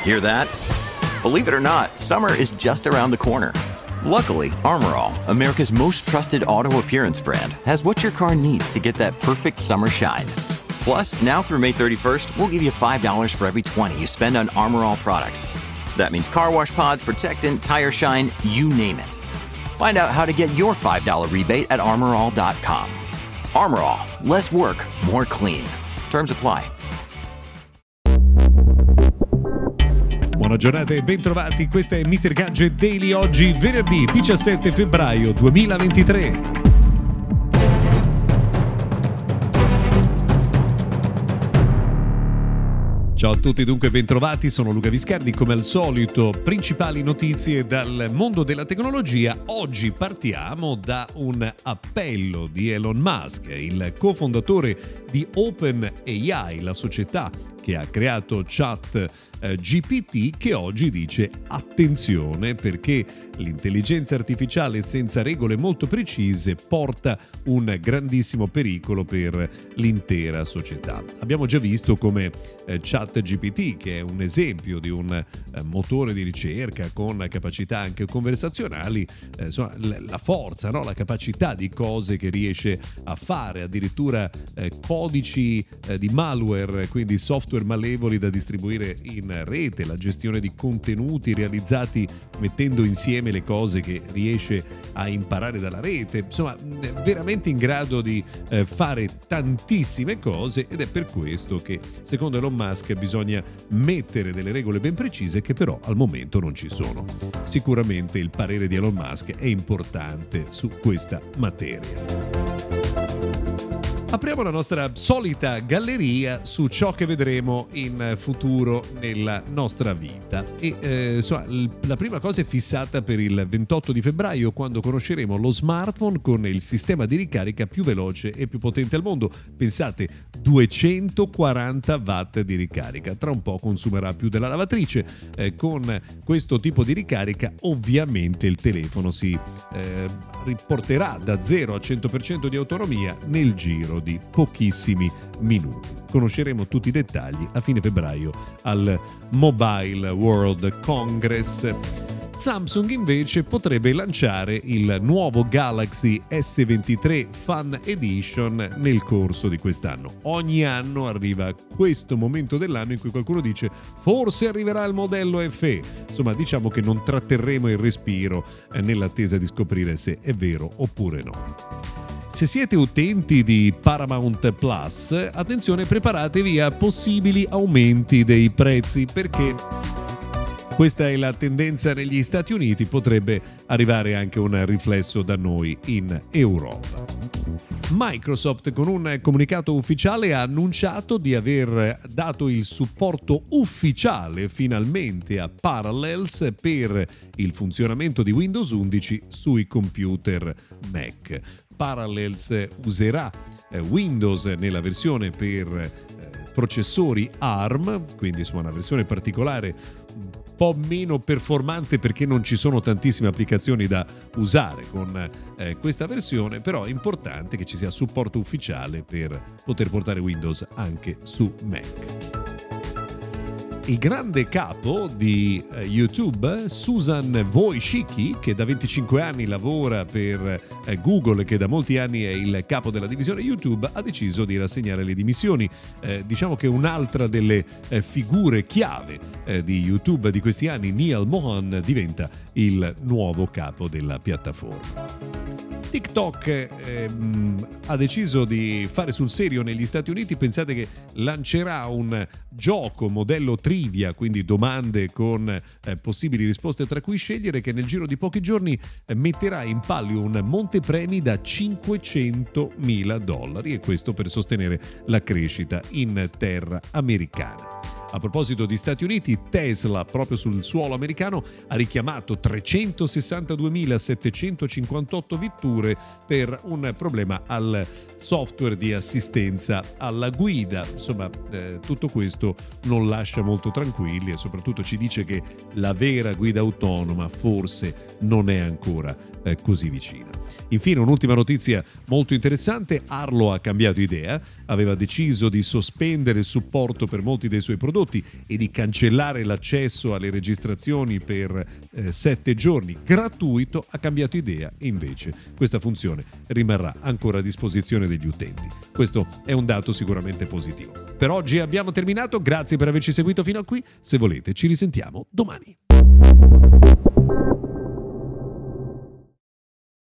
Hear that? Believe it or not, summer is just around the corner. Luckily, Armor All, America's most trusted auto appearance brand, has what your car needs to get that perfect summer shine. Plus, now through May 31st, we'll give you $5 for every $20 you spend on Armor All products. That means car wash pods, protectant, tire shine, you name it. Find out how to get your $5 rebate at armorall.com. Armor All, less work, more clean. Terms apply. Buona giornata e bentrovati, questa è Mr. Gadget Daily, oggi venerdì 17 febbraio 2023. Ciao a tutti, dunque bentrovati, sono Luca Viscardi, come al solito principali notizie dal mondo della tecnologia. Oggi partiamo da un appello di Elon Musk, il cofondatore di OpenAI, la società che ha creato ChatGPT, che oggi dice attenzione perché l'intelligenza artificiale senza regole molto precise porta un grandissimo pericolo per l'intera società. Abbiamo già visto come ChatGPT, che è un esempio di un motore di ricerca con capacità anche conversazionali, insomma, la forza, no? La capacità di cose che riesce a fare, addirittura codici di malware, quindi software malevoli da distribuire in rete, la gestione di contenuti realizzati mettendo insieme le cose che riesce a imparare dalla rete, insomma veramente in grado di fare tantissime cose, ed è per questo che secondo Elon Musk bisogna mettere delle regole ben precise che però al momento non ci sono. Sicuramente il parere di Elon Musk è importante su questa materia. Apriamo la nostra solita galleria su ciò che vedremo in futuro nella nostra vita e la prima cosa è fissata per il 28 di febbraio, quando conosceremo lo smartphone con il sistema di ricarica più veloce e più potente al mondo. Pensate, 240 watt di ricarica, tra un po' consumerà più della lavatrice. Con questo tipo di ricarica ovviamente il telefono si riporterà da 0 a 100% di autonomia nel giro di pochissimi minuti. Conosceremo tutti i dettagli a fine febbraio al Mobile World Congress. Samsung invece potrebbe lanciare il nuovo Galaxy S23 Fan Edition nel corso di quest'anno. Ogni anno arriva questo momento dell'anno in cui qualcuno dice forse arriverà il modello FE. Insomma, diciamo che non tratterremo il respiro nell'attesa di scoprire se è vero oppure no. Se siete utenti di Paramount Plus, attenzione, preparatevi a possibili aumenti dei prezzi, perché questa è la tendenza negli Stati Uniti, potrebbe arrivare anche un riflesso da noi in Europa. Microsoft, con un comunicato ufficiale, ha annunciato di aver dato il supporto ufficiale finalmente a Parallels per il funzionamento di Windows 11 sui computer Mac. Parallels userà Windows nella versione per processori ARM, quindi insomma una versione particolare, un po' meno performante perché non ci sono tantissime applicazioni da usare con questa versione, però è importante che ci sia supporto ufficiale per poter portare Windows anche su Mac. Il grande capo di YouTube, Susan Wojcicki, che da 25 anni lavora per Google e che da molti anni è il capo della divisione YouTube, ha deciso di rassegnare le dimissioni. Diciamo che un'altra delle figure chiave di YouTube di questi anni, Neal Mohan, diventa il nuovo capo della piattaforma. TikTok ha deciso di fare sul serio negli Stati Uniti. Pensate che lancerà un gioco modello trivia, quindi domande con possibili risposte tra cui scegliere, che nel giro di pochi giorni metterà in palio un montepremi da $500.000, e questo per sostenere la crescita in terra americana. A proposito di Stati Uniti, Tesla, proprio sul suolo americano, ha richiamato 362.758 vetture per un problema al software di assistenza alla guida. Insomma, tutto questo non lascia molto tranquilli e soprattutto ci dice che la vera guida autonoma forse non è ancora così vicina. Infine, un'ultima notizia molto interessante: Arlo ha cambiato idea, aveva deciso di sospendere il supporto per molti dei suoi prodotti e di cancellare l'accesso alle registrazioni per 7 giorni gratuito. Ha cambiato idea e invece questa funzione rimarrà ancora a disposizione degli utenti. Questo è un dato sicuramente positivo. Per oggi abbiamo terminato, grazie per averci seguito fino a qui. Se volete ci risentiamo domani.